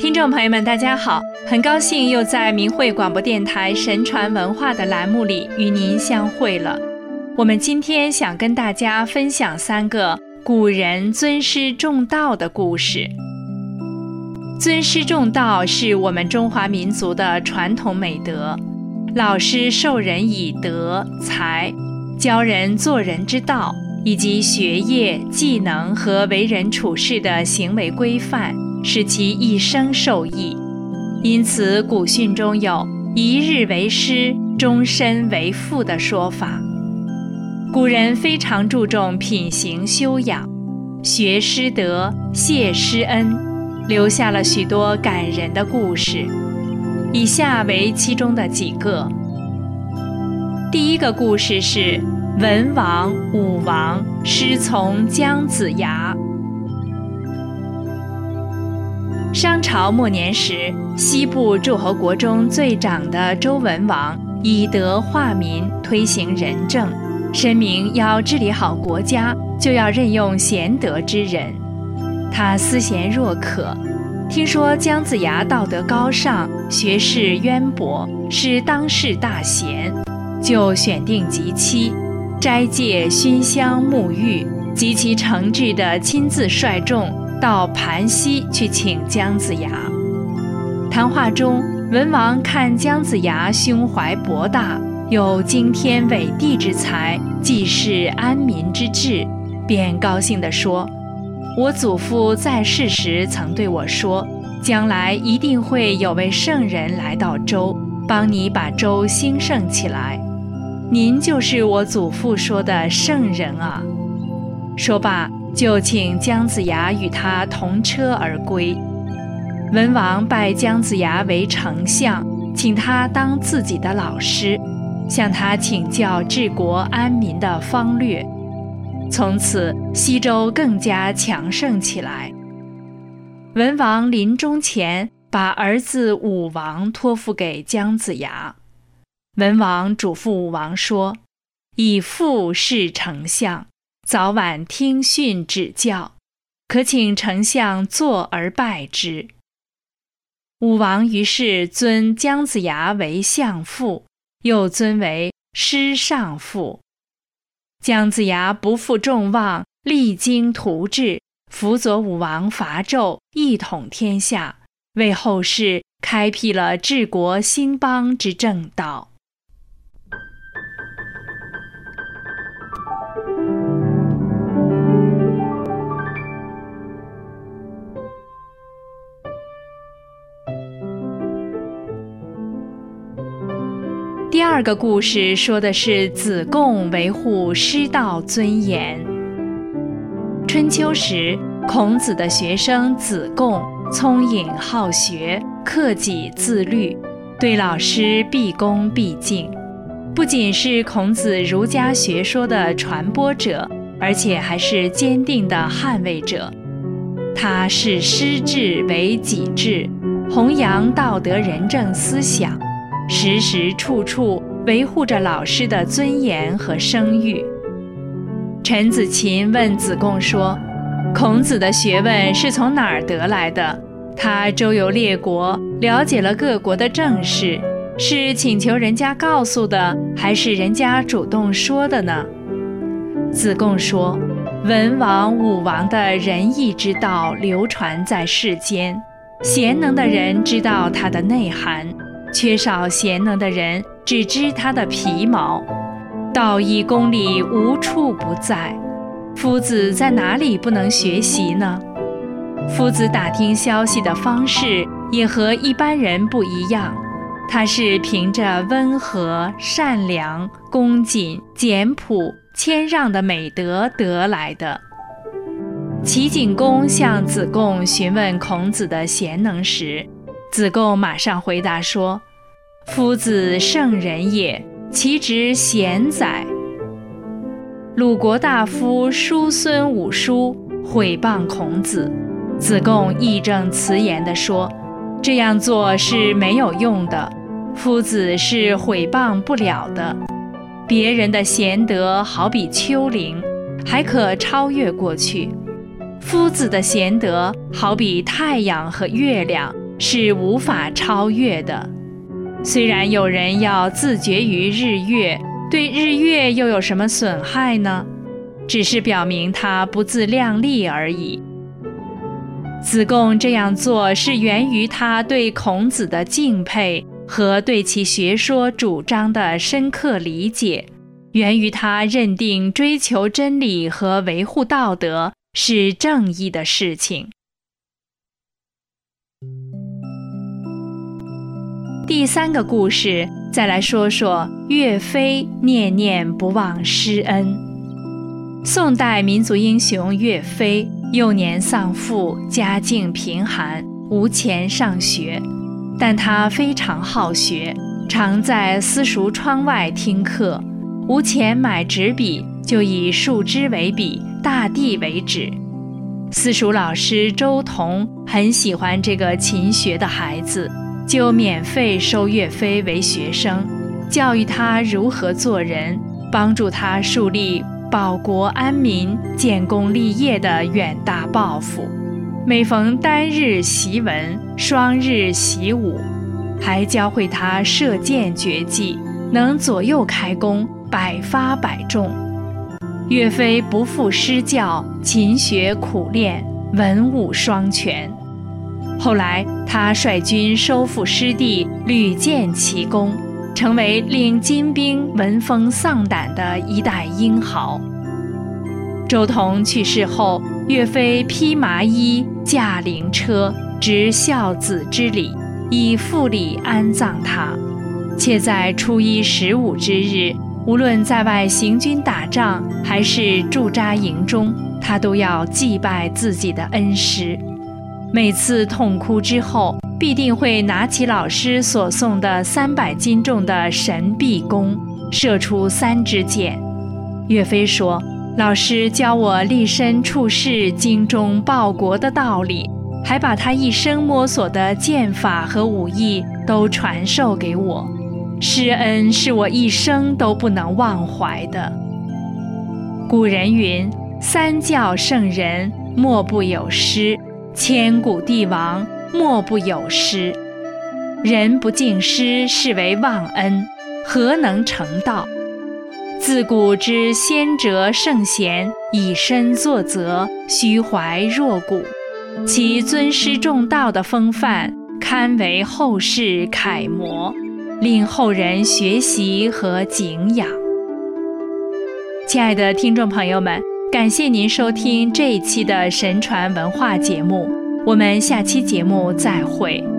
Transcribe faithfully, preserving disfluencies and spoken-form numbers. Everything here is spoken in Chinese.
听众朋友们，大家好，很高兴又在明慧广播电台神传文化的栏目里与您相会了。我们今天想跟大家分享三个古人尊师重道的故事。尊师重道是我们中华民族的传统美德，老师授人以德才，教人做人之道，以及学业、技能和为人处事的行为规范，使其一生受益。因此古训中有一日为师，终身为父的说法。古人非常注重品行修养，学师德，谢师恩，留下了许多感人的故事。以下为其中的几个。第一个故事是文王、武王师从姜子牙。商朝末年时，西部诸侯国中最长的周文王以德化民，推行仁政，深明要治理好国家，就要任用贤德之人。他思贤若渴，听说姜子牙道德高尚，学识渊博，是当世大贤，就选定吉期，斋戒熏香沐浴，极其诚挚地亲自率众到盘溪去请姜子牙。谈话中，文王看姜子牙胸怀博大，有惊天伟地之才，济世安民之志，便高兴地说：我祖父在世时曾对我说，将来一定会有位圣人来到周，帮你把周兴盛起来。您就是我祖父说的圣人啊。说罢，就请姜子牙与他同车而归。文王拜姜子牙为丞相，请他当自己的老师，向他请教治国安民的方略。从此西周更加强盛起来。文王临终前把儿子武王托付给姜子牙。文王嘱咐武王说：以父事丞相，早晚听训指教，可请丞相坐而拜之。武王于是尊姜子牙为相父，又尊为师上父。姜子牙不负众望，励精图治，辅佐武王伐纣，一统天下，为后世开辟了治国兴邦之正道。第二个故事说的是子贡维护师道尊严。春秋时，孔子的学生子贡聪颖好学，克己自律，对老师毕恭毕敬，不仅是孔子儒家学说的传播者，而且还是坚定的捍卫者。他视师治为己治，弘扬道德仁政思想，时时处处维护着老师的尊严和声誉。陈子琴问子贡说：孔子的学问是从哪儿得来的？他周游列国，了解了各国的政事，是请求人家告诉的，还是人家主动说的呢？子贡说：文王、武王的仁义之道流传在世间，贤能的人知道它的内涵，缺少贤能的人只知他的皮毛。道义公理无处不在，夫子在哪里不能学习呢？夫子打听消息的方式也和一般人不一样，他是凭着温和、善良、恭谨、简朴、谦让的美德得来的。齐景公向子贡询问孔子的贤能时，子贡马上回答说：夫子圣人也，其职贤哉。鲁国大夫叔孙武叔毁谤孔子，子贡义正辞严地说：这样做是没有用的，夫子是毁谤不了的。别人的贤德好比丘陵，还可超越过去；夫子的贤德好比太阳和月亮， 是无法超越的。虽然有人要自绝于日月，对日月又有什么损害呢？只是表明他不自量力而已。子贡这样做是源于他对孔子的敬佩和对其学说主张的深刻理解，源于他认定追求真理和维护道德是正义的事情。第三个故事，再来说说岳飞念念不忘师恩。宋代民族英雄岳飞幼年丧父，家境贫寒，无钱上学，但他非常好学，常在私塾窗外听课，无钱买纸笔，就以树枝为笔，大地为纸。私塾老师周同很喜欢这个勤学的孩子，就免费收岳飞为学生，教育他如何做人，帮助他树立保国安民、建功立业的远大抱负。每逢单日习文，双日习武，还教会他射箭绝技，能左右开弓，百发百中。岳飞不负师教，勤学苦练，文武双全。后来他率军收复失地，屡建奇功，成为令金兵闻风丧胆的一代英豪。周同去世后，岳飞披麻衣，驾灵车，执孝子之礼，以复礼安葬他。且在初一十五之日，无论在外行军打仗，还是驻扎营中，他都要祭拜自己的恩师。每次痛哭之后，必定会拿起老师所送的三百斤重的神臂弓，射出三支箭。岳飞说，老师教我立身处世、精忠报国的道理，还把他一生摸索的剑法和武艺都传授给我。师恩是我一生都不能忘怀的。古人云，三教圣人莫不有师，千古帝王莫不有师。人不敬师，是为忘恩，何能成道？自古之先哲圣贤，以身作则，虚怀若谷，其尊师重道的风范，堪为后世楷模，令后人学习和敬仰。亲爱的听众朋友们，感谢您收听这一期的神传文化节目，我们下期节目再会。